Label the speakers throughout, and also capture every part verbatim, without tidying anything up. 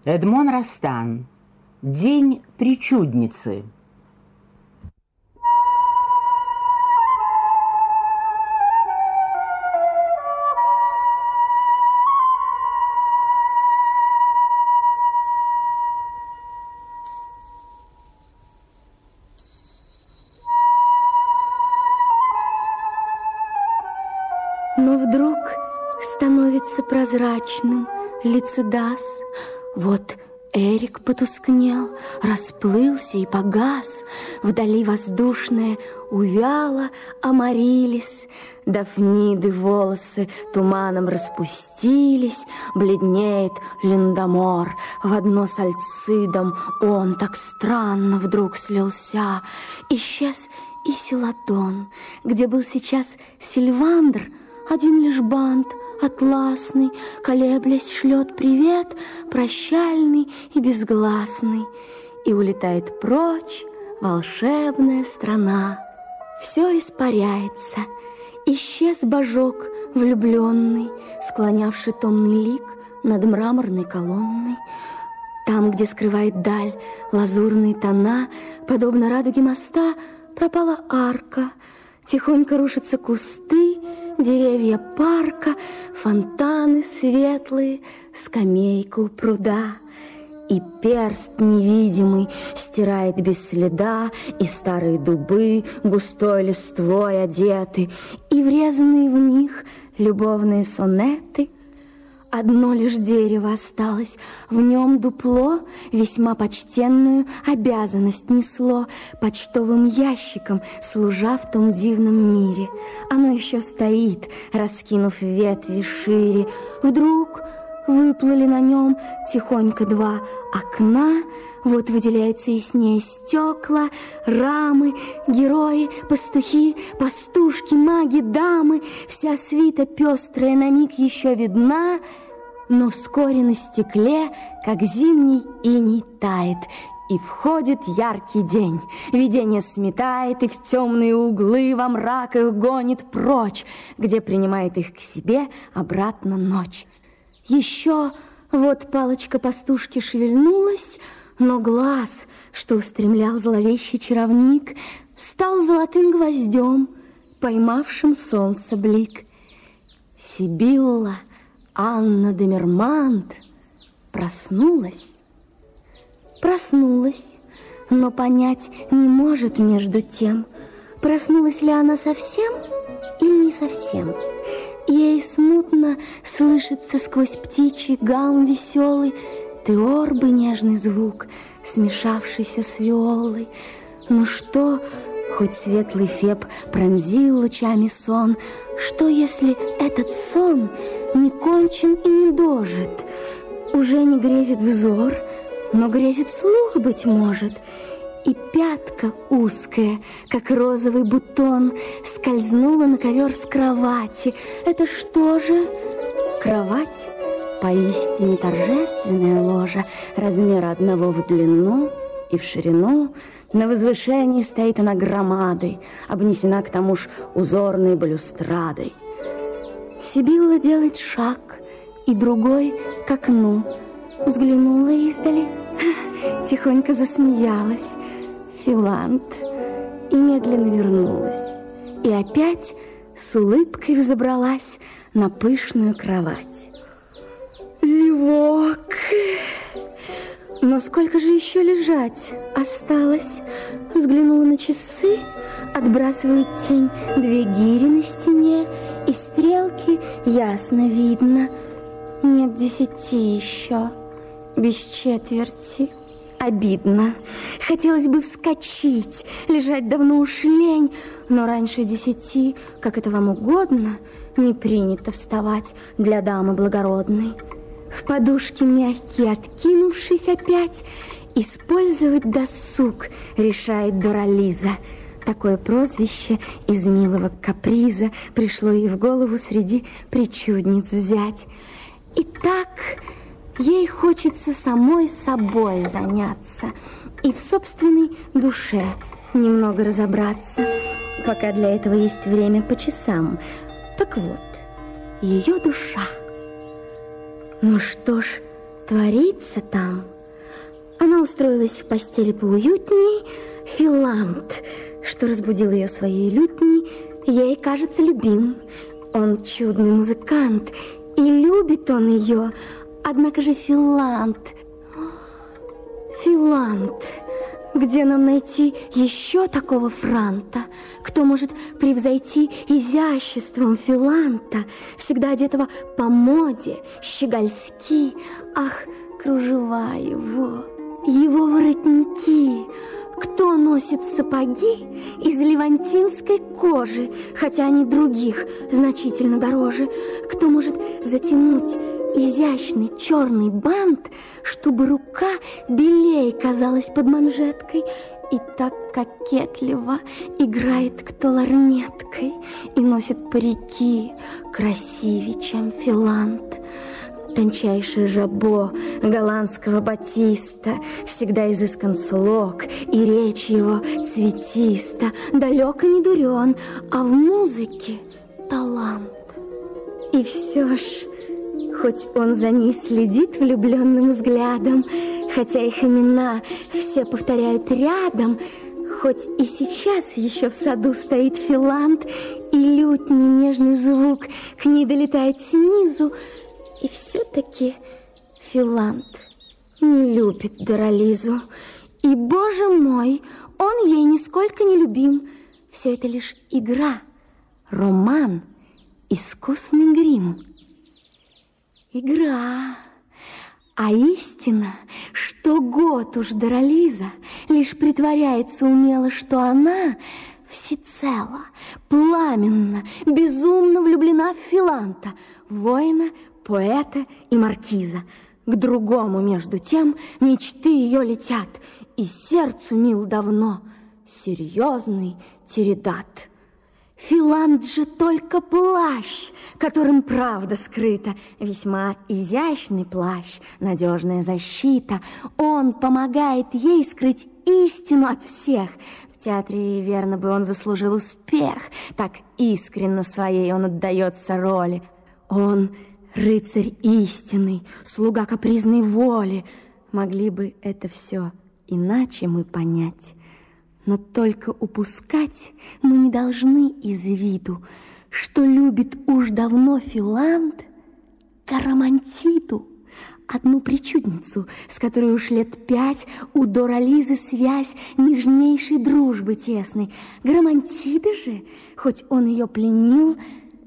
Speaker 1: Эдмон Растан. День причудницы.
Speaker 2: Но вдруг становится прозрачным лицедас. Вот Эрик потускнел, расплылся и погас. Вдали воздушное увяло Амарилис. Дафниды волосы туманом распустились. Бледнеет Линдамор. В одно с Альцидом он так странно вдруг слился. Исчез и Селадон, где был сейчас Сильвандр. Один лишь бант атласный, колеблясь, шлет привет, прощальный и безгласный, и улетает прочь волшебная страна. Все испаряется, исчез божок влюбленный, склонявший томный лик над мраморной колонной. Там, где скрывает даль лазурные тона, подобно радуге моста, пропала арка, тихонько рушатся кусты, деревья парка, фонтаны светлые, скамейка у пруда. И перст невидимый стирает без следа, и старые дубы густой листвой одеты, и врезанные в них любовные сонеты. Одно лишь дерево осталось, в нем дупло весьма почтенную обязанность несло, почтовым ящиком служа в том дивном мире. Оно еще стоит, раскинув ветви шире. Вдруг выплыли на нем тихонько два окна, вот выделяются яснее стекла, рамы, герои, пастухи, пастушки, маги, дамы. Вся свита пестрая на миг еще видна, но вскоре на стекле, как зимний иней, тает, и входит яркий день. Видение сметает и в темные углы во мрак их гонит прочь, где принимает их к себе обратно ночь. Еще вот палочка пастушки шевельнулась, но глаз, что устремлял зловещий чаровник, стал золотым гвоздем, поймавшим солнце блик. Сибилла Анна де Мермант проснулась. Проснулась, но понять не может между тем, проснулась ли она совсем или не совсем. Ей смутно слышится сквозь птичий гам веселый теорбы нежный звук, смешавшийся с виолой. Но что, хоть светлый Феб пронзил лучами сон, что, если этот сон не кончен и не дожит? Уже не грезит взор, но грезит слух, быть может, и пятка узкая, как розовый бутон, скользнула на ковер с кровати. Это что же? Кровать, поистине торжественная ложа, размера одного в длину и в ширину. На возвышении стоит она громадой, обнесена к тому ж узорной балюстрадой. Сибилла делает шаг, и другой к окну. Взглянула издали, тихонько засмеялась. Филант, и медленно вернулась, и опять с улыбкой взобралась на пышную кровать. Зевок! Но сколько же еще лежать осталось? Взглянула на часы, отбрасывают тень две гири на стене, и стрелки ясно видно. Нет десяти еще, без четверти. Обидно. Хотелось бы вскочить, лежать давно уж лень, но раньше десяти, как это вам угодно, не принято вставать для дамы благородной. В подушке мягкие откинувшись опять, использовать досуг решает Дорализа. Такое прозвище из милого каприза пришло ей в голову среди причудниц взять. Итак, ей хочется самой собой заняться и в собственной душе немного разобраться, пока для этого есть время по часам. Так вот, ее душа. Ну что ж, творится там? Она устроилась в постели поуютней. Филант, что разбудил ее своей лютней, ей кажется любим. Он чудный музыкант, и любит он ее. Однако же Филант, Филант, где нам найти еще такого франта? Кто может превзойти изяществом Филанта, всегда одетого по моде, щегольски? Ах, кружева его, его воротники! Кто носит сапоги из левантинской кожи, хотя они других значительно дороже? Кто может затянуть изящный черный бант, чтобы рука белее казалась под манжеткой? И так кокетливо играет кто лорнеткой и носит парики красивее, чем Филант. Тончайшее жабо голландского батиста, всегда изыскан слог, и речь его цветиста, далеко не дурен, а в музыке талант. И все ж, хоть он за ней следит влюбленным взглядом, хотя их имена все повторяют рядом, хоть и сейчас еще в саду стоит Филант, и лютний нежный звук к ней долетает снизу, и все-таки Филант не любит Дорализу. И, боже мой, он ей нисколько не любим. Все это лишь игра, роман, искусный грим. Игра. А истина, что год уж Дорализа лишь притворяется умело, что она всецело, пламенно, безумно влюблена в Филанта, воина, поэта и маркиза. К другому, между тем, мечты ее летят, и сердцу мил давно серьезный Тиридат. Филант же только плащ, которым правда скрыта, весьма изящный плащ, надежная защита. Он помогает ей скрыть истину от всех. В театре, верно бы, он заслужил успех, так искренно своей он отдается роли. Он рыцарь истинный, слуга капризной воли. Могли бы это все иначе мы понять, но только упускать мы не должны из виду, что любит уж давно Филант Гарамантиду, одну причудницу, с которой уж лет пять у Дорализы связь нежнейшей дружбы тесной. Гарамантида же, хоть он ее пленил,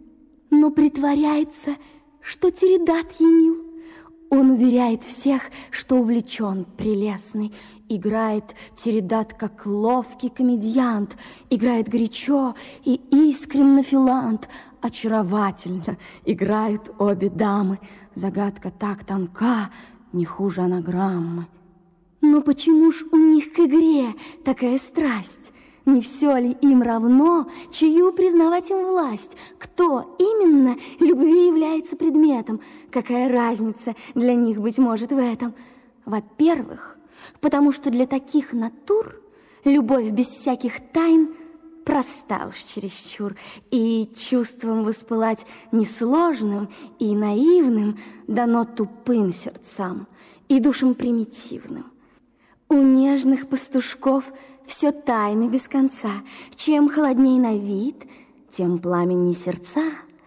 Speaker 2: но притворяется, что Тиридат ей мил. Он уверяет всех, что увлечен прелестный. Играет Тиридат, как ловкий комедиант. Играет горячо и искренно Филант. Очаровательно играют обе дамы. Загадка так тонка, не хуже анаграммы. Но почему ж у них к игре такая страсть? Не все ли им равно, чью признавать им власть? Кто именно любви является предметом? Какая разница для них, быть может, в этом? Во-первых, потому что для таких натур любовь без всяких тайн проста уж чересчур, и чувством воспылать несложным и наивным дано тупым сердцам и душам примитивным. У нежных пастушков все тайны без конца. Чем холодней на вид, тем пламенней сердца.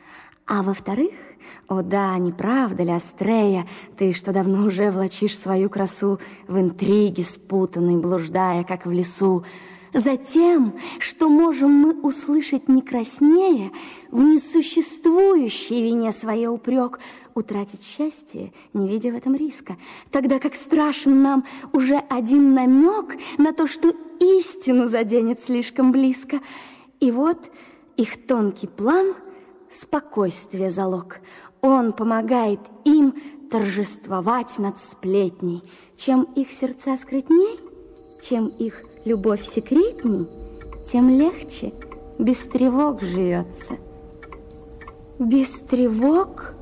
Speaker 2: А во-вторых, о да, не правда ли, Астрея, ты, что давно уже влачишь свою красу в интриге спутанной, блуждая, как в лесу, затем, что можем мы услышать не краснее в несуществующей вине своей упрек, утратить счастье, не видя в этом риска, тогда как страшен нам уже один намек на то, что истину заденет слишком близко. И вот их тонкий план — спокойствие залог. Он помогает им торжествовать над сплетней. Чем их сердца скрытней, чем их любовь секретней, тем легче, без тревог живется. Без тревог?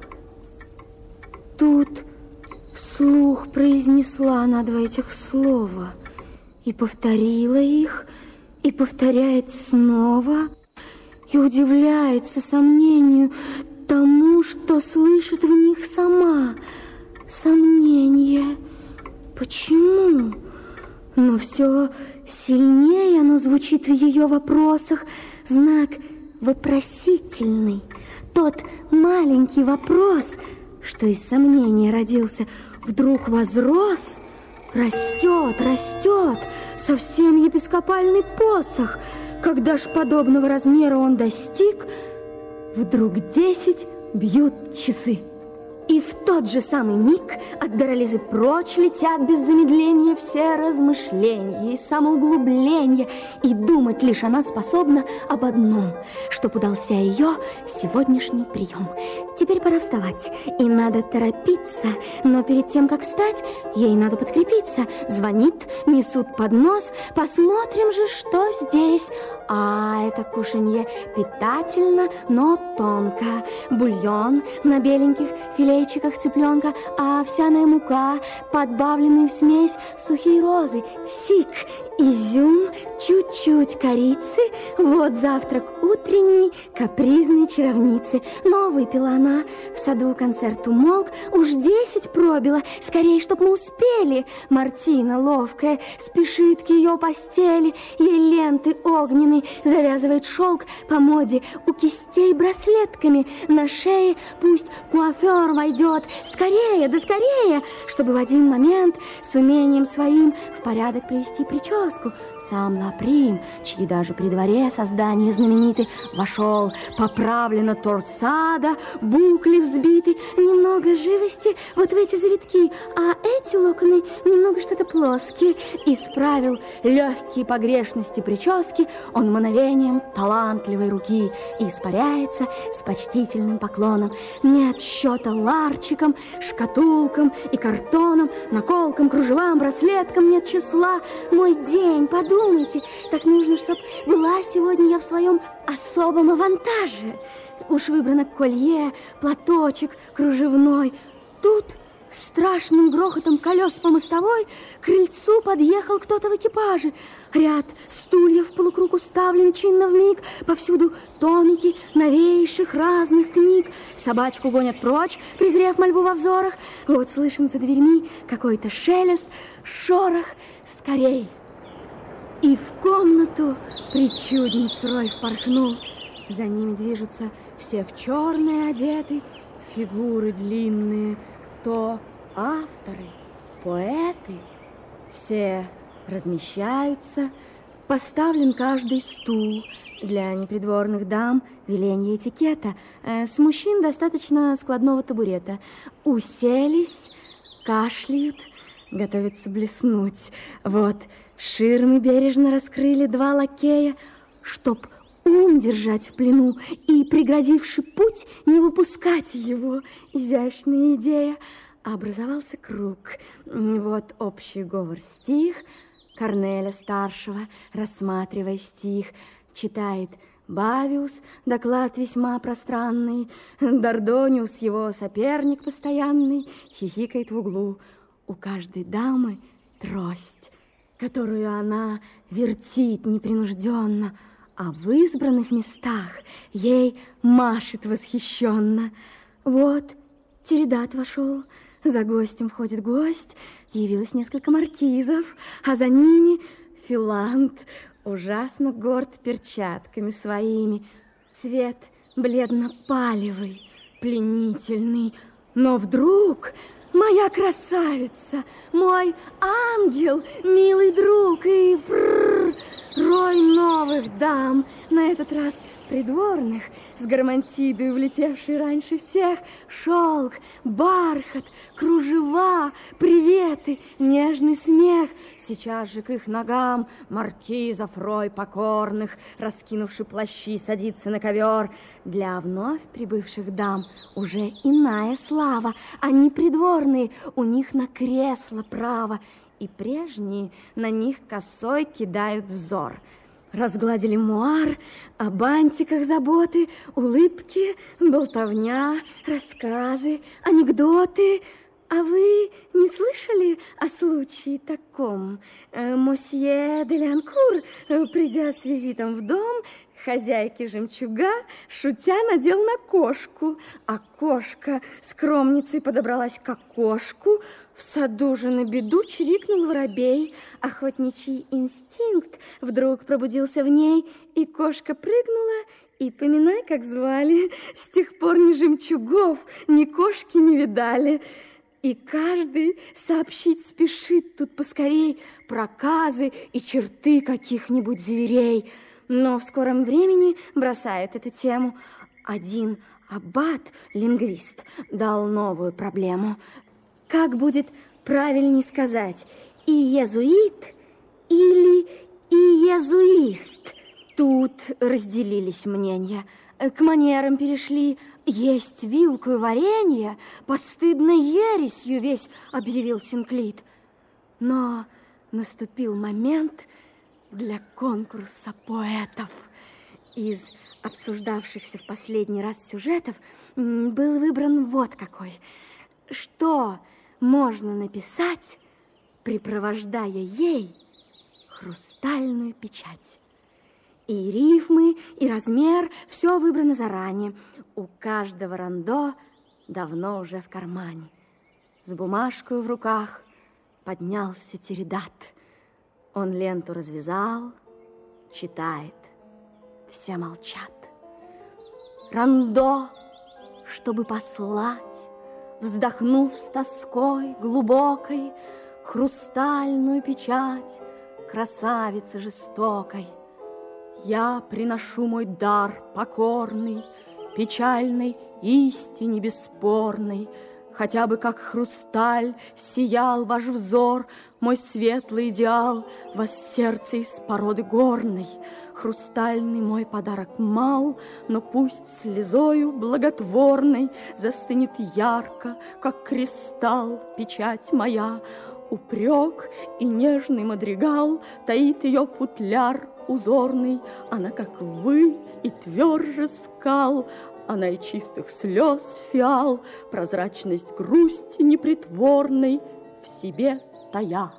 Speaker 2: Тут вслух произнесла она два этих слова и повторила их, и повторяет снова, и удивляется сомнению тому, что слышит в них сама. Сомнение почему? Но все сильнее оно звучит в ее вопросах. Знак вопросительный. Тот маленький вопрос, что из сомнения родился, вдруг возрос, растет, растет, совсем епископальный посох. Когда ж подобного размера он достиг, вдруг десять бьют часы. И в тот же самый миг от Дорализы прочь летят без замедления все размышления и самоуглубления, и думать лишь она способна об одном, чтоб удался ее сегодняшний прием. Теперь пора вставать, и надо торопиться, но перед тем, как встать, ей надо подкрепиться. Звонит, несут поднос, посмотрим же, что здесь. А это кушанье питательно, но тонко. Бульон на беленьких филейчиках цыпленка, овсяная мука, подбавленные в смесь сухие розы, сик, изюм, чуть-чуть корицы. Вот завтрак утренний капризной чаровницы. Но выпила она, в саду концерт умолк, уж десять пробила, скорее, чтоб мы успели. Мартина ловкая спешит к ее постели, ей ленты огненные завязывает шелк по моде, у кистей браслетками на шее пусть куафер войдет. Скорее, да скорее, чтобы в один момент с умением своим в порядок привести прическу. Сам Лаприм, чьи даже при дворе создания знамениты, вошел, поправлено торсада, букли взбиты, немного живости вот в эти завитки, а эти локоны немного что-то плоские. Исправил легкие погрешности прически он мановением талантливой руки и испаряется с почтительным поклоном. Нет счета ларчикам, шкатулкам и картонам, наколкам, кружевам, браслеткам нет числа. Мой день, подумайте, так нужно, чтоб была сегодня я в своем особом авантаже. Уж выбрано колье, платочек кружевной. Тут страшным грохотом колес по мостовой к крыльцу подъехал кто-то в экипаже. Ряд стульев полукруг уставлен чинно вмиг, повсюду томики новейших разных книг. Собачку гонят прочь, презрев мольбу во взорах. Вот слышен за дверьми какой-то шелест, шорох. Скорей! И в комнату причудниц рой впорхнул. За ними движутся все в черное одеты, фигуры длинные, то авторы, поэты. Все размещаются, поставлен каждый стул. Для непридворных дам веленье этикета, с мужчин достаточно складного табурета. Уселись, кашляют, готовятся блеснуть. Вот ширмы бережно раскрыли два лакея, чтоб ум держать в плену и, преградивший путь, не выпускать его. Изящная идея. Образовался круг. Вот общий говор стих. Корнеля старшего, рассматривая стих, читает Бавиус, доклад весьма пространный. Дордониус, его соперник постоянный, хихикает в углу. У каждой дамы трость, которую она вертит непринужденно, а в избранных местах ей машет восхищенно. Вот Тиридат вошел, за гостем входит гость, явилось несколько маркизов, а за ними Филант, ужасно горд перчатками своими, цвет бледно-палевый, пленительный. Но вдруг моя красавица, мой ангел, милый друг, и фрррр, рой новых дам, на этот раз придворных, с гармантидой, влетевшей раньше всех, шелк, бархат, кружева, приветы, нежный смех. Сейчас же к их ногам маркизов рой покорных, раскинувший плащи, садится на ковер. Для вновь прибывших дам уже иная слава. Они придворные, у них на кресло право, и прежние на них косой кидают взор. Разгладили муар, о бантиках заботы, улыбки, болтовня, рассказы, анекдоты. А вы не слышали о случае таком? Мосье де Лянкур, придя с визитом в дом, Хозяйки жемчуга, шутя, надел на кошку, а кошка скромницей подобралась к окошку. В саду же на беду чирикнул воробей. Охотничий инстинкт вдруг пробудился в ней, и кошка прыгнула, и поминай, как звали. С тех пор ни жемчугов, ни кошки не видали. И каждый сообщить спешит тут поскорей проказы и черты каких-нибудь зверей. Но в скором времени бросают эту тему. Один аббат, лингвист, дал новую проблему. Как будет правильней сказать, иезуит или иезуист? Тут разделились мнения. К манерам перешли. Есть вилку и варенье, постыдной ересью весь объявил Синклит. Но наступил момент для конкурса поэтов. Из обсуждавшихся в последний раз сюжетов был выбран вот какой. Что можно написать, припровождая ей хрустальную печать? И рифмы, и размер, все выбрано заранее. У каждого рандо давно уже в кармане. С бумажкой в руках поднялся Тиридат. Он ленту развязал, читает. Все молчат. Рандо, чтобы послать, вздохнув с тоской глубокой, хрустальную печать красавицы жестокой. Я приношу мой дар покорный, печальной истине бесспорной. Хотя бы как хрусталь сиял ваш взор, мой светлый идеал, вас сердце из породы горной. Хрустальный мой подарок мал, но пусть слезою благотворной застынет ярко, как кристалл, печать моя. Упрек и нежный мадригал таит ее футляр узорный. Она, как вы, и тверже скал, она и чистых слез фиал, прозрачность грусти непритворной в себе тая.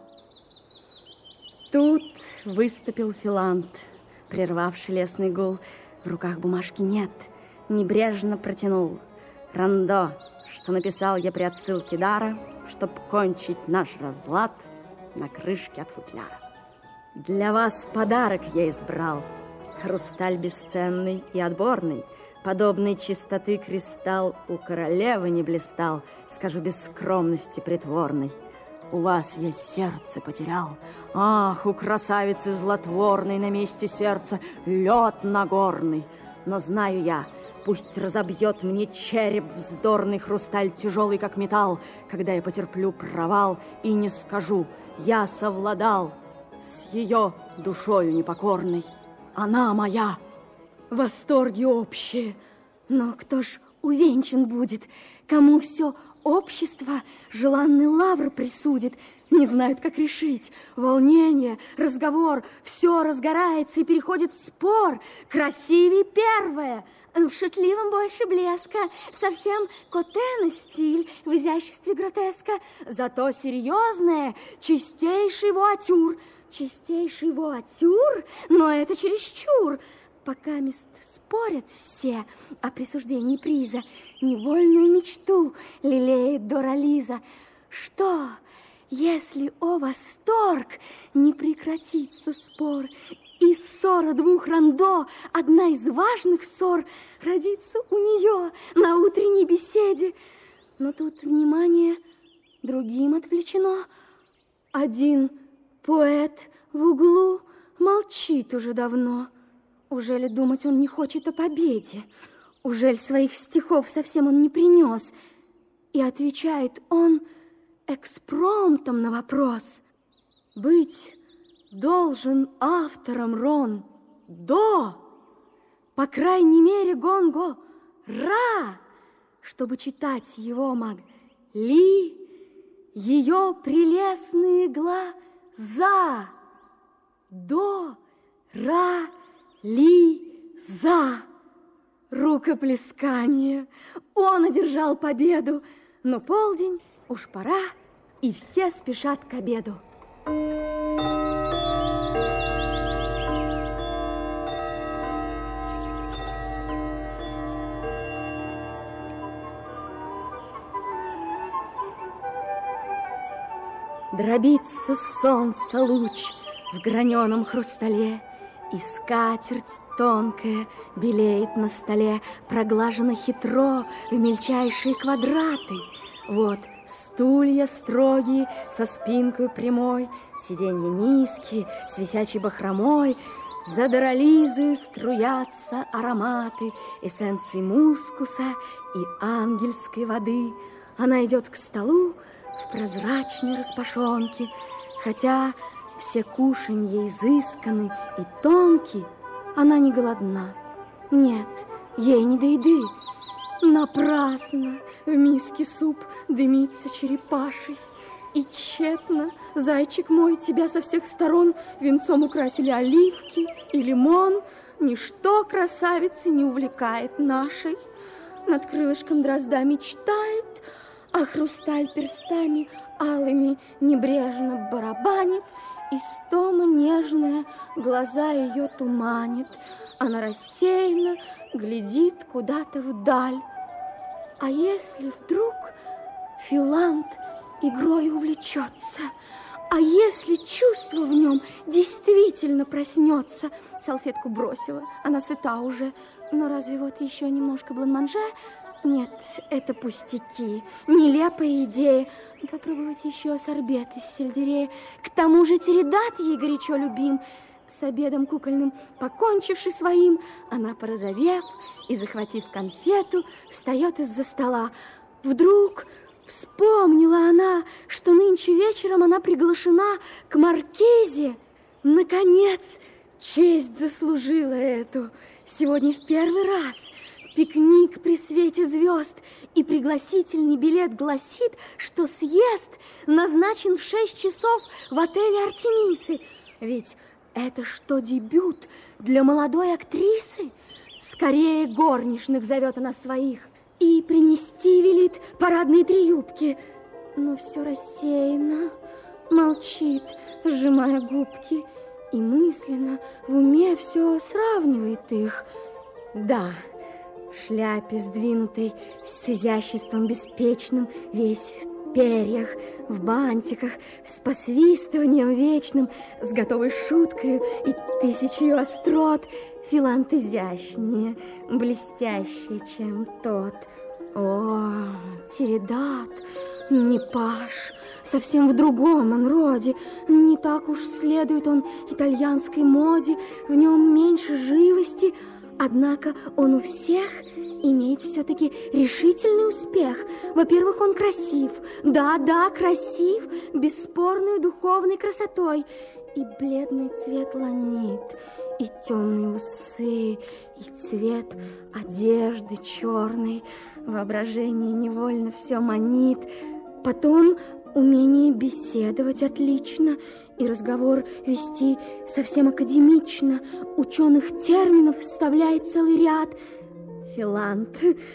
Speaker 2: Тут выступил Филант, прервавший лесный гул. В руках бумажки нет, небрежно протянул. Рандо, что написал я при отсылке дара, чтоб кончить наш разлад на крышке от футляра. Для вас подарок я избрал, хрусталь бесценный и отборный. Подобной чистоты кристалл у королевы не блистал, скажу без скромности притворной. У вас я сердце потерял. Ах, у красавицы злотворной на месте сердца лед нагорный. Но знаю я, пусть разобьет мне череп вздорный хрусталь, тяжелый как металл, когда я потерплю провал и не скажу, я совладал с ее душою непокорной. Она моя. Восторги общие. Но кто ж увенчан будет, кому все общество желанный лавр присудит? Не знают, как решить. Волнение, разговор, все разгорается и переходит в спор. Красивей первое. В шутливом больше блеска, совсем котена стиль, в изяществе гротеска. Зато серьезное, чистейший вуатюр. Чистейший вуатюр? Но это чересчур. Пока мест спорят все о присуждении приза, невольную мечту лелеет Дорализа. Что, если, о восторг, не прекратится спор, и ссора двух рандо, одна из важных ссор, родится у нее на утренней беседе? Но тут внимание другим отвлечено. Один поэт в углу молчит уже давно. Ужели думать он не хочет о победе? Ужель своих стихов совсем он не принес? И отвечает он экспромтом на вопрос. Быть должен автором Рон до, по крайней мере, Гонго Ра, чтобы читать его могли ее прелестные глаза. До, ра, ли, за. Рукоплескание. Он одержал победу. Но полдень, уж пора, и все спешат к обеду. Дробится солнца луч в граненом хрустале, и скатерть тонкая белеет на столе, проглажена хитро в мельчайшие квадраты. Вот стулья строгие со спинкой прямой, сиденья низкие с висячей бахромой, за доролизою струятся ароматы эссенции мускуса и ангельской воды. Она идет к столу в прозрачной распашонке, хотя все кушанья изысканы и тонки, она не голодна. Нет, ей не до еды. Напрасно в миске суп дымится черепашей. И тщетно, зайчик мой, тебя со всех сторон венцом украсили оливки и лимон. Ничто красавицы не увлекает нашей. Над крылышком дрозда мечтает, а хрусталь перстами алыми небрежно барабанит. Истома нежная глаза ее туманит. Она рассеянно глядит куда-то вдаль. А если вдруг Филант игрой увлечется, а если чувство в нем действительно проснется? Салфетку бросила, она сыта уже. Но разве вот еще немножко бланманже? Нет, это пустяки, нелепая идея. Попробовать еще сорбет из сельдерея. К тому же Тиридат ей горячо любим. С обедом кукольным покончивши своим, она, порозовев и захватив конфету, встает из-за стола. Вдруг вспомнила она, что нынче вечером она приглашена к маркизе. Наконец, честь заслужила эту. Сегодня в первый раз пикник при свете звезд, и пригласительный билет гласит, что съезд назначен в шесть часов в отеле Артемисы. Ведь это что, дебют для молодой актрисы? Скорее горничных зовет она своих и принести велит парадные три юбки. Но все рассеяно, молчит, сжимая губки, и мысленно в уме все сравнивает их. Да, в шляпе сдвинутой с изяществом беспечным, весь в перьях, в бантиках, с посвистыванием вечным, с готовой шуткой и тысячей острот, Филант изящнее, блестящее, чем тот. О, Тиридат, не паж, совсем в другом он роде, не так уж следует он итальянской моде, в нем меньше живости, однако он у всех имеет все-таки решительный успех. Во-первых, он красив, да-да, красив, бесспорной духовной красотой, и бледный цвет ланит, и темные усы, и цвет одежды черной. Воображение невольно все манит. Потом умение беседовать отлично, и разговор вести совсем академично. Ученых терминов вставляет целый ряд. Филант.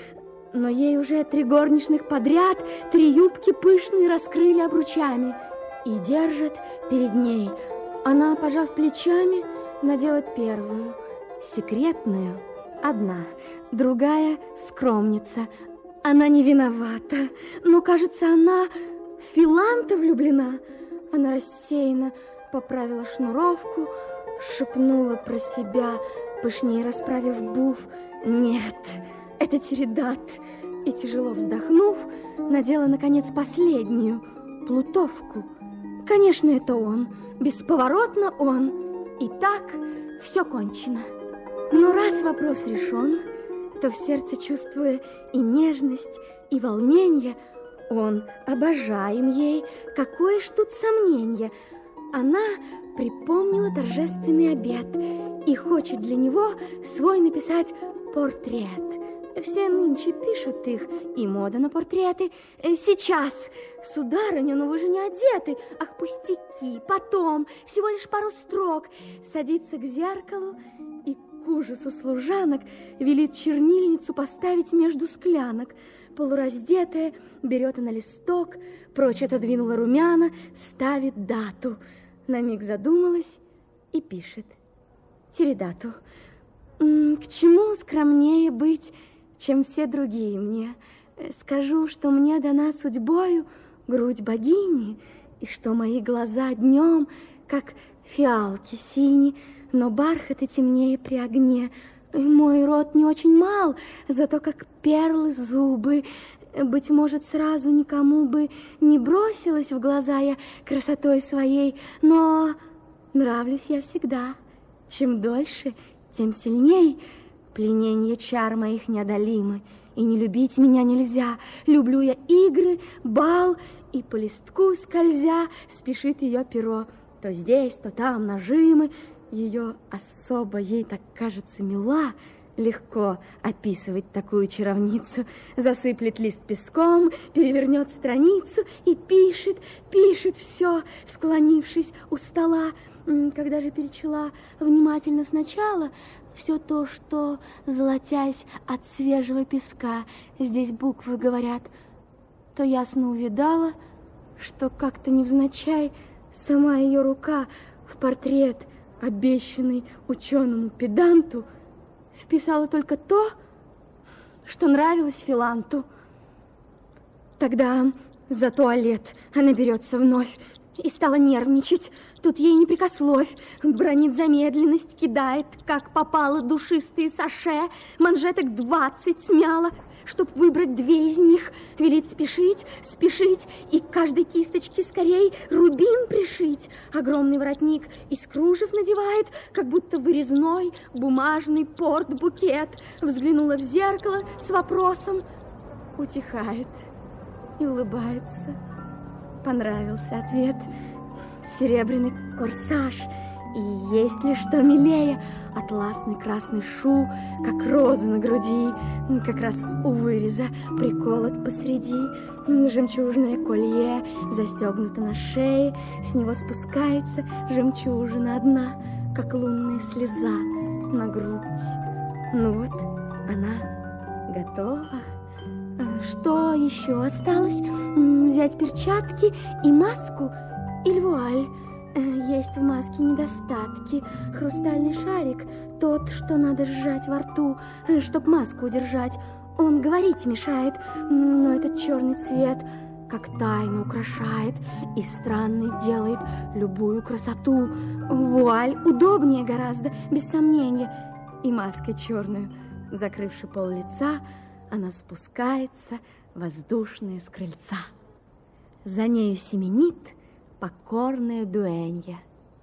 Speaker 2: Но ей уже три горничных подряд, три юбки пышные раскрыли обручами и держат перед ней. Она, пожав плечами, надела первую, секретную, одна, другая скромница. Она не виновата, но, кажется, она в Филанта влюблена. Она рассеянно поправила шнуровку, шепнула про себя, пышнее расправив буф: «Нет, это Тиридат», и, тяжело вздохнув, надела, наконец, последнюю, плутовку. Конечно, это он, бесповоротно он, и так все кончено. Но раз вопрос решен, то в сердце, чувствуя и нежность, и волнение, он обожаем ей, какое ж тут сомнение. Она припомнила торжественный обед и хочет для него свой написать портрет. Все нынче пишут их, и мода на портреты. Сейчас, сударыня, но вы же не одеты. Ах, пустяки, потом, всего лишь пару строк. Садится к зеркалу и к ужасу служанок велит чернильницу поставить между склянок. Полураздетая, берет она листок, прочь отодвинула румяна, ставит дату. На миг задумалась и пишет: Тиридату. К чему скромнее быть, чем все другие мне? Скажу, что мне дана судьбою грудь богини и что мои глаза днем, как фиалки сини, но бархаты темнее при огне. Мой рот не очень мал, зато как перлы зубы. Быть может, сразу никому бы не бросилась в глаза я красотой своей, но нравлюсь я всегда. Чем дольше, тем сильней. Плененье чар моих неодолимы, и не любить меня нельзя. Люблю я игры, бал, и по листку скользя спешит ее перо. То здесь, то там нажимы. Ее особо ей так кажется мила. Легко описывать такую чаровницу. Засыплет лист песком, перевернет страницу и пишет, пишет все, склонившись у стола. Когда же перечла внимательно сначала все то, что, золотясь от свежего песка, здесь буквы говорят, то ясно увидала, что как-то невзначай сама ее рука в портрет, обещанный ученому педанту, вписала только то, что нравилось Филанту. Тогда за туалет она берется вновь и стала нервничать. Тут ей не прикословь, бронит замедленность, кидает, как попало, душистые саше, манжеток двадцать смяла, чтоб выбрать две из них, велит спешить, спешить, и к каждой кисточке скорей рубин пришить. Огромный воротник из кружев надевает, как будто вырезной бумажный порт-букет. Взглянула в зеркало с вопросом, утихает и улыбается. Понравился ответ. Серебряный корсаж, и есть ли что милее, атласный красный шу, как роза на груди, как раз у выреза приколот посреди, жемчужное колье застегнуто на шее, с него спускается жемчужина одна, как лунная слеза на грудь. Ну вот, она готова. Что еще осталось? Взять перчатки и маску или вуаль. Есть в маске недостатки. Хрустальный шарик, тот, что надо сжать во рту, чтоб маску удержать. Он говорить мешает, но этот черный цвет как тайну украшает и странный делает любую красоту. Вуаль удобнее гораздо, без сомнения. И маской черную, закрывши пол лица, она спускается, воздушная, с крыльца. За нею семенит покорная дуэнья.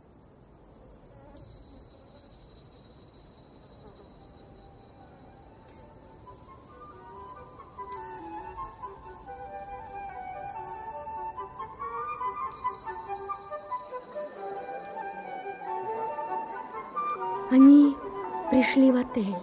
Speaker 2: Они пришли в отель.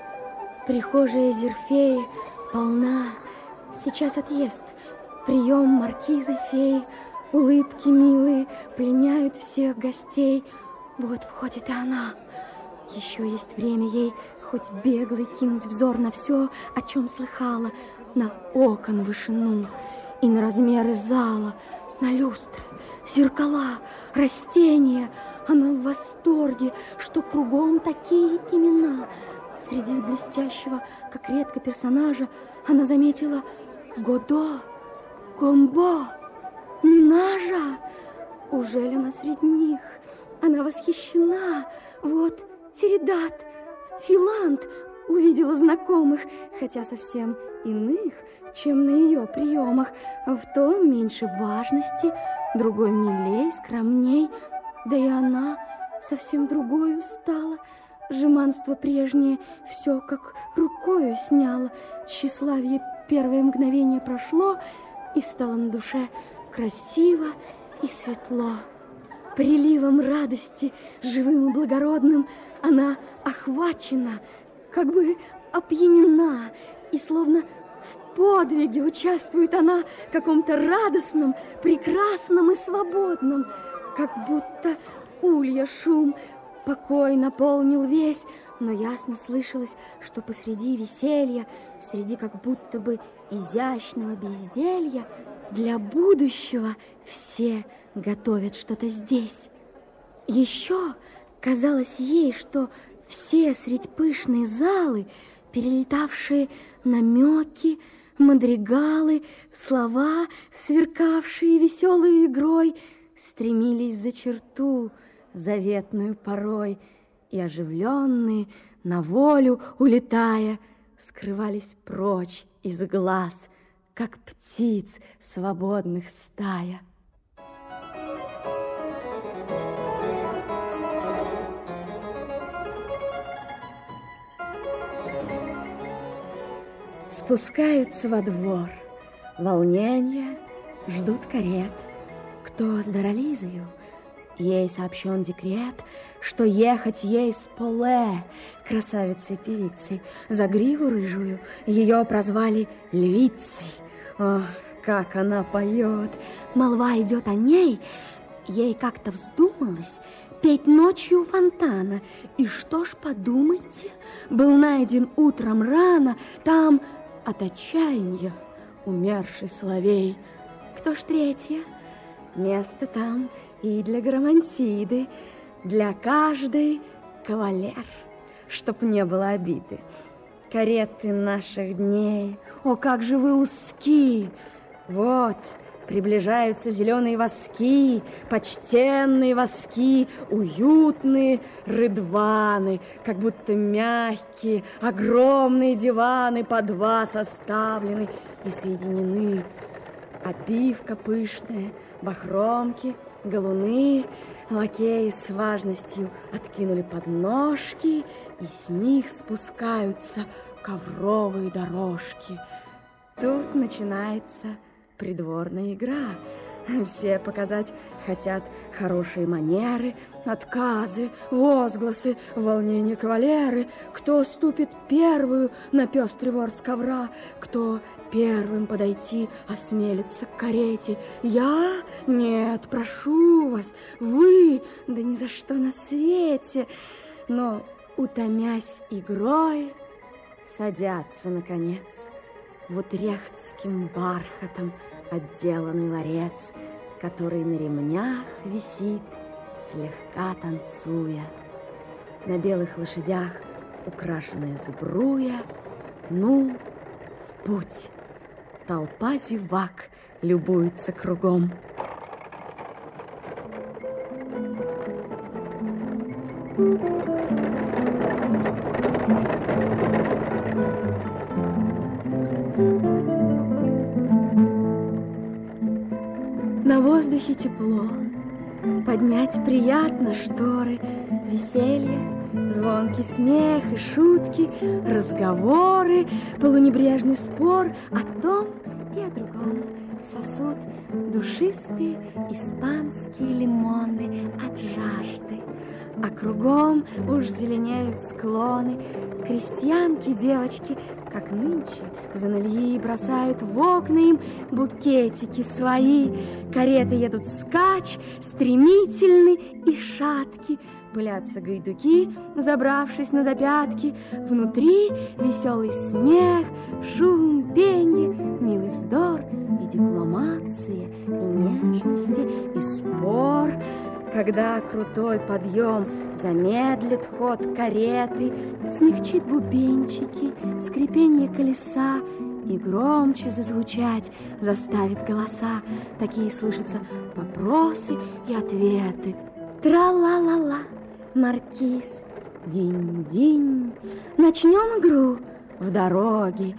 Speaker 2: Прихожая Зерфеи полна. Сейчас отъезд. Прием маркизы феи. Улыбки милые пленяют всех гостей. Вот входит и она. Еще есть время ей хоть беглый кинуть взор на все, о чем слыхала, на окон вышину и на размеры зала, на люстры, зеркала, растения. Она в восторге, что кругом такие имена. Среди блестящего, как редко, персонажа она заметила Годо, Комбо, Минажа. Ужели она среди них? Она восхищена. Вот Тиридат, Филант увидела знакомых, хотя совсем иных, чем на ее приемах. В том меньше важности, другой милей, скромней. Да и она совсем другою стала. Жеманство прежнее все как рукою сняло. Тщеславие первое мгновение прошло, и стало на душе красиво и светло. Приливом радости, живым и благородным, она охвачена, как бы опьянена, и словно в подвиге участвует она в каком-то радостном, прекрасном и свободном, как будто улья шум покой наполнил весь, но ясно слышалось, что посреди веселья, среди как будто бы изящного безделья, для будущего все готовят что-то здесь. Еще казалось ей, что все средь пышной залы, перелетавшие намеки, мадригалы, слова, сверкавшие веселой игрой, стремились за черту, заветную порой, и оживленные, на волю улетая, скрывались прочь из глаз, как птиц свободных стая. Спускаются во двор, волнения, ждут карет. Кто с Дорализою? Ей сообщен декрет, что ехать ей с Поле, красавицей-певицей, за гриву рыжую ее прозвали львицей. Ох, как она поет! Молва идет о ней, ей как-то вздумалось петь ночью у фонтана. И что ж, подумайте, был найден утром рано там от отчаяния умерший соловей. Кто ж третья? Место там и для Громантиды, для каждой кавалер, чтоб не было обиды. Кареты наших дней, о, как же вы узки! Вот, приближаются зеленые воски, почтенные воски, уютные рыдваны, как будто мягкие, огромные диваны по два составлены и соединены. Обивка пышная, бахромки, галуны, лакеи с важностью откинули подножки, и с них спускаются ковровые дорожки. Тут начинается придворная игра. Все показать хотят хорошие манеры, отказы, возгласы, волнение кавалеры. Кто ступит первую на пестрый ворс ковра, кто первым подойти осмелится к карете. Я? Нет, прошу вас, вы, да ни за что на свете. Но, утомясь игрой, садятся, наконец, в утрехтским бархатом отделанный ларец, который на ремнях висит, слегка танцуя. На белых лошадях украшенная сбруя, ну, в путь. Толпа зевак любуется кругом. На воздухе тепло, поднять приятно шторы, веселье, звонкий смех и шутки, разговоры, полунебрежный спор о том и о другом. Сосут душистые испанские лимоны от жажды, а кругом уж зеленеют склоны. Крестьянки, девочки, как нынче, занальи бросают в окна им букетики свои. Кареты едут скач, стремительны и шатки. Пылятся гайдуки, забравшись на запятки. Внутри веселый смех, шум, пенье, милый вздор и декламация, и нежности, и спор. Когда крутой подъем замедлит ход кареты, смягчит бубенчики, скрипенье колеса и громче зазвучать заставит голоса. Такие слышатся вопросы и ответы. Тра-ла-ла-ла, маркиз, динь-динь. Начнем игру в дороге.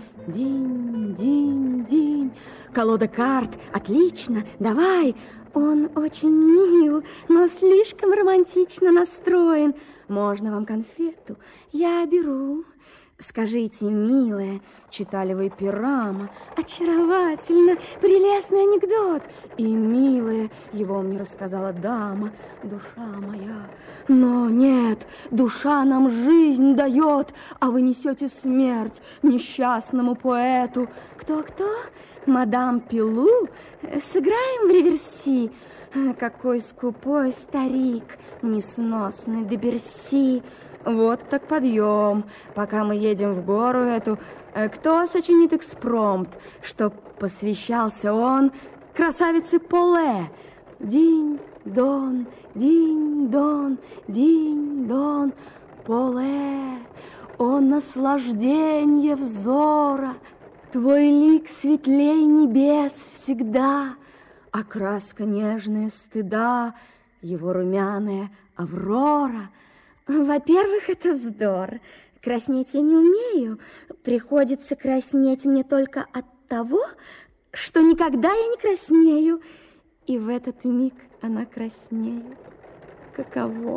Speaker 2: Динь-динь-динь. Колода карт, отлично, давай. Он очень мил, но слишком романтично настроен. Можно вам конфету? Я беру. Скажите, милая, читали вы Пирама? Очаровательно, прелестный анекдот. И, милая, его мне рассказала дама, душа моя. Но нет, душа нам жизнь дает, а вы несете смерть несчастному поэту. Кто-кто? Мадам Пилу? Сыграем в реверси? Какой скупой старик, несносный де Берси. Вот так подъем, пока мы едем в гору эту. Кто сочинит экспромт, чтоб посвящался он красавице Поле? Динь-дон, динь-дон, динь-дон, Поле, о наслаждение взора. Твой лик светлей небес всегда, а краска нежная стыда, его румяная аврора. Во-первых, это вздор. Краснеть я не умею. Приходится краснеть мне только от того, что никогда я не краснею. И в этот миг она краснеет. Каково?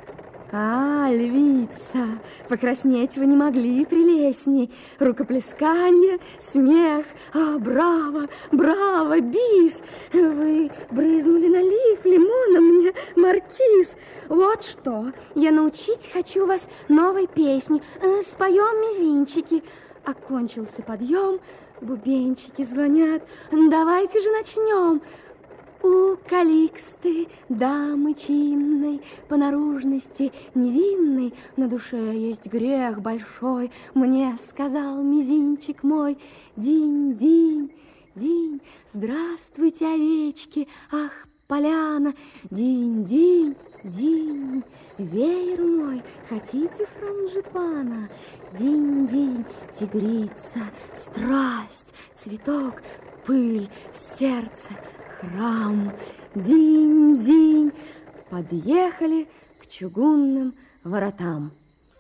Speaker 2: А, львица, покраснеть вы не могли прелестней. Рукоплесканье, смех, а, браво, браво, бис. Вы брызнули на лиф лимоном мне, маркиз. Вот что, я научить хочу вас новой песни. Споем мизинчики. Окончился подъем, бубенчики звонят. Давайте же начнем. У Каликсты, дамы чинной, по наружности невинной, на душе есть грех большой, мне сказал мизинчик мой. Динь-динь, динь, здравствуйте, овечки, ах, поляна. Динь-динь, динь, веер мой, хотите франжипана? Динь-динь, тигрица, страсть, цветок, пыль, сердце, храм. Динь-динь, подъехали к чугунным воротам.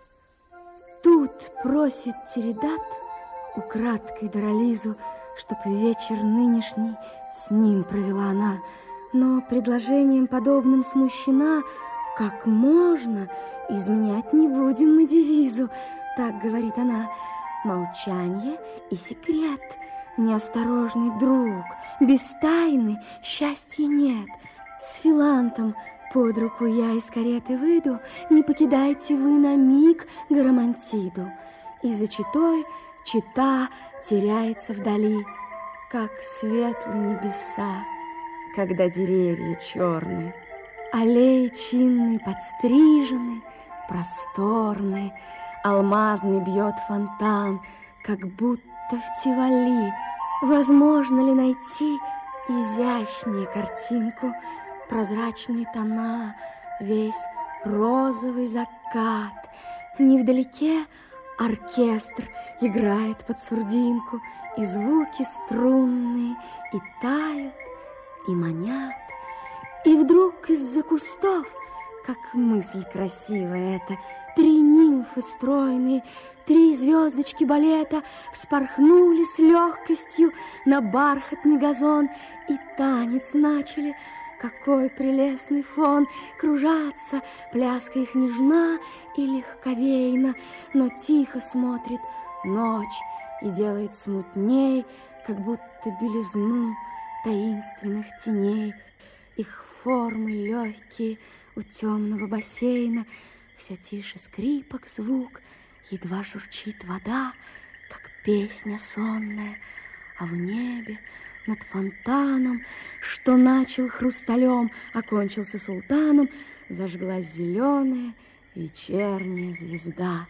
Speaker 2: Тут просит Тиридат украдкой Дорализу, чтоб вечер нынешний с ним провела она. Но предложением подобным смущена. Как можно, изменять не будем мы девизу. Так говорит она: молчание и секрет. Неосторожный друг, без тайны счастья нет. С Филантом под руку я из кареты выйду, не покидайте вы на миг Гарамантиду. И за читой чита теряется вдали, как светлые небеса, когда деревья черные. Аллеи чинные подстрижены, просторные, алмазный бьет фонтан, как будто в Тивали. Возможно ли найти изящнее картинку, прозрачные тона, весь розовый закат? Невдалеке оркестр играет под сурдинку, и звуки струнные и тают, и манят. И вдруг из-за кустов, как мысль красивая эта, три нимфы стройные, три звездочки балета вспорхнули с легкостью на бархатный газон и танец начали. Какой прелестный фон! Кружатся, пляска их нежна и легковейна, но тихо смотрит ночь и делает смутней, как будто белизну таинственных теней. Их формы легкие у темного бассейна, все тише скрипок звук, едва журчит вода, как песня сонная, а в небе над фонтаном, что начал хрусталем, окончился султаном, зажглась зеленая вечерняя звезда.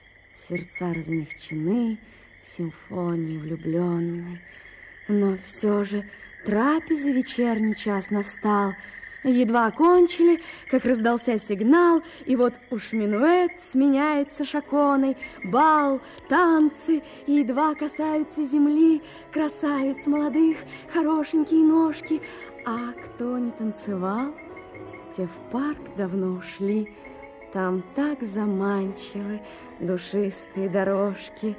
Speaker 2: Сердца размягчены симфонией влюбленной, но все же трапезы вечерний час настал. Едва окончили, как раздался сигнал, и вот уж минуэт сменяется шаконой, бал, танцы, и едва касаются земли красавиц молодых, хорошенькие ножки. А кто не танцевал, те в парк давно ушли, там так заманчивы душистые дорожки.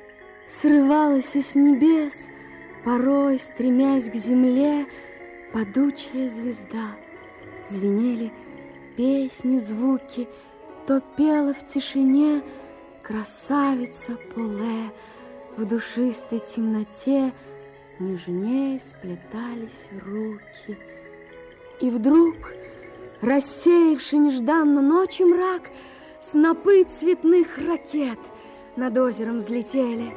Speaker 2: Срывалась с небес, порой стремясь к земле, падучая звезда. Звенели песни, звуки, то пела в тишине красавица Пуле. В душистой темноте нежнее сплетались руки. И вдруг, рассеявший нежданно ночи мрак, снопы цветных ракет над озером взлетели.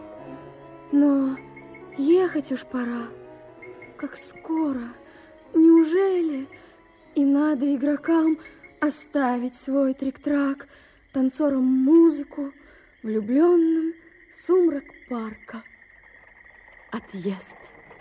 Speaker 2: Но ехать уж пора, как скоро, неужели? И надо игрокам оставить свой трик-трак, танцорам музыку, влюбленным сумрак парка. Отъезд.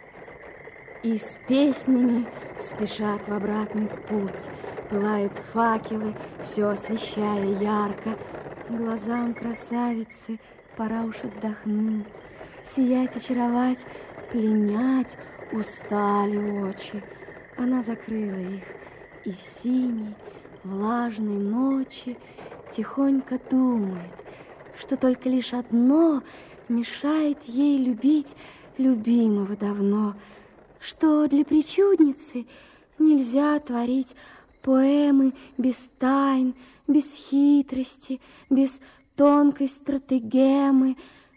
Speaker 2: И с песнями спешат в обратный путь, пылают факелы, все освещая ярко. Глазам красавицы пора уж отдохнуть. сиять, очаровать, пленять устали очи. Она закрыла их, и в синей, влажной ночи тихонько думает, что только лишь одно мешает ей любить любимого давно, что для причудницы нельзя творить поэмы без тайн, без хитрости, без тонкой стратегемы,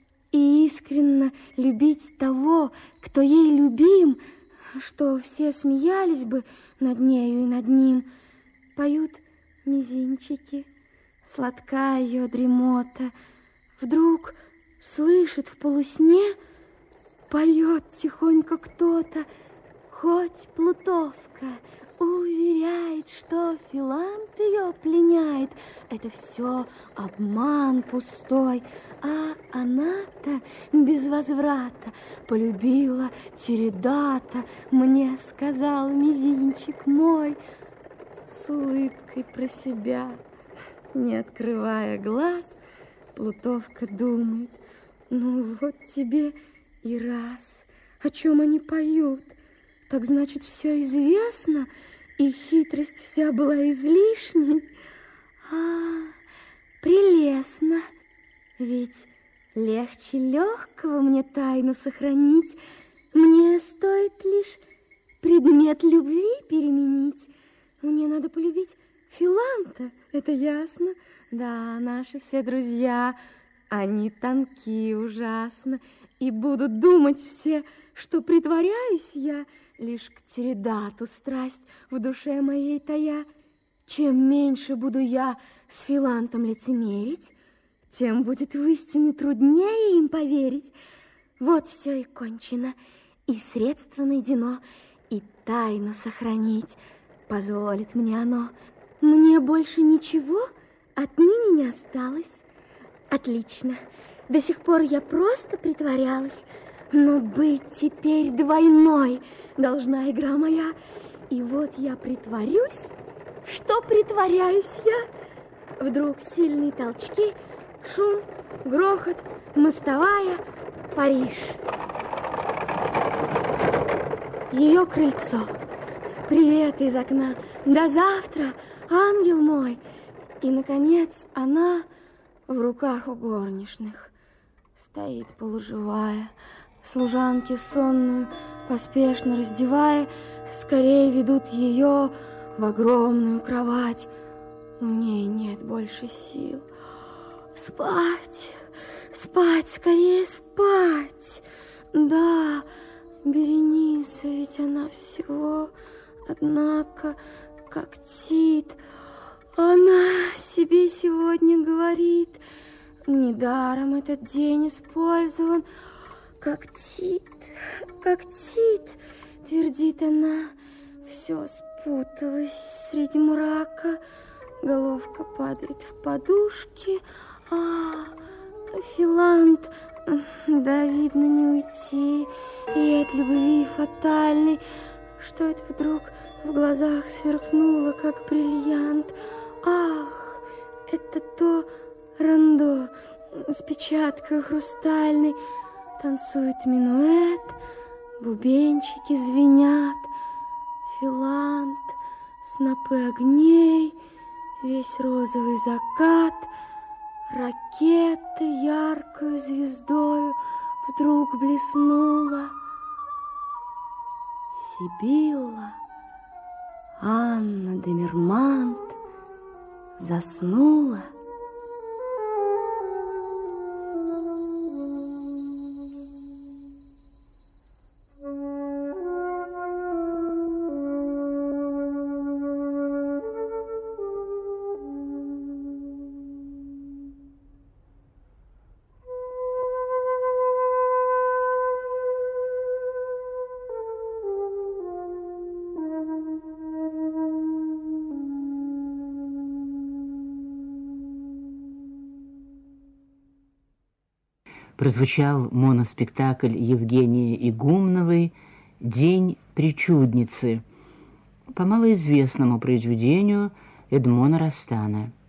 Speaker 2: и искренно любить того, кто ей любим, что все смеялись бы над нею и над ним. Поют мизинчики, сладка ее дремота. Вдруг слышит в полусне, поет тихонько кто-то, хоть плутовка уверяет, что Филант ее пленяет. Это все обман пустой, а она-то без возврата полюбила Тиредата, мне сказал мизинчик мой. С улыбкой про себя, не открывая глаз, плутовка думает: ну вот тебе и раз. О чем они поют? Так значит, все известно, и хитрость вся была излишней. А, прелестно. Ведь легче легкого мне тайну сохранить. Мне стоит лишь предмет любви переменить. Мне надо полюбить Филанта, это ясно. Да, наши все друзья, они тонки ужасно, и будут думать все, что притворяюсь я, лишь к Тиредату страсть в душе моей тая. Чем меньше буду я с Филантом лицемерить, тем будет в истину труднее им поверить. Вот все и кончено, и средство найдено, и тайну сохранить позволит мне оно. Мне больше ничего отныне не осталось. Отлично, до сих пор я просто притворялась, но быть теперь двойной должна игра моя. И вот я притворюсь, что притворяюсь я. Вдруг сильные толчки, шум, грохот, мостовая, Париж. Ее крыльцо. Привет из окна. До завтра, ангел мой. И, наконец, она в руках у горничных. Стоит полуживая, служанки сонную, поспешно раздевая, скорее ведут ее в огромную кровать. У ней нет больше сил. Спать, спать, скорее спать. Да, Берениса, ведь она всего, однако, как Тит. Она себе сегодня говорит, недаром этот день использован. Как Тит, как Тит, твердит она, все спуталось среди мрака. Головка падает в подушки. А, Филант, да, видно, не уйти. И от любви фатальной, что это вдруг в глазах сверкнуло, как бриллиант. Ах, это то рондо с печаткой хрустальной. Танцует минуэт, бубенчики звенят. Филант, снопы огней, весь розовый закат. Ракета яркою звездою вдруг блеснула. Сибилла, Анна де Мирмант заснула.
Speaker 1: Прозвучал моноспектакль Евгении Игумновой «День причудницы» по малоизвестному произведению Эдмона Растана.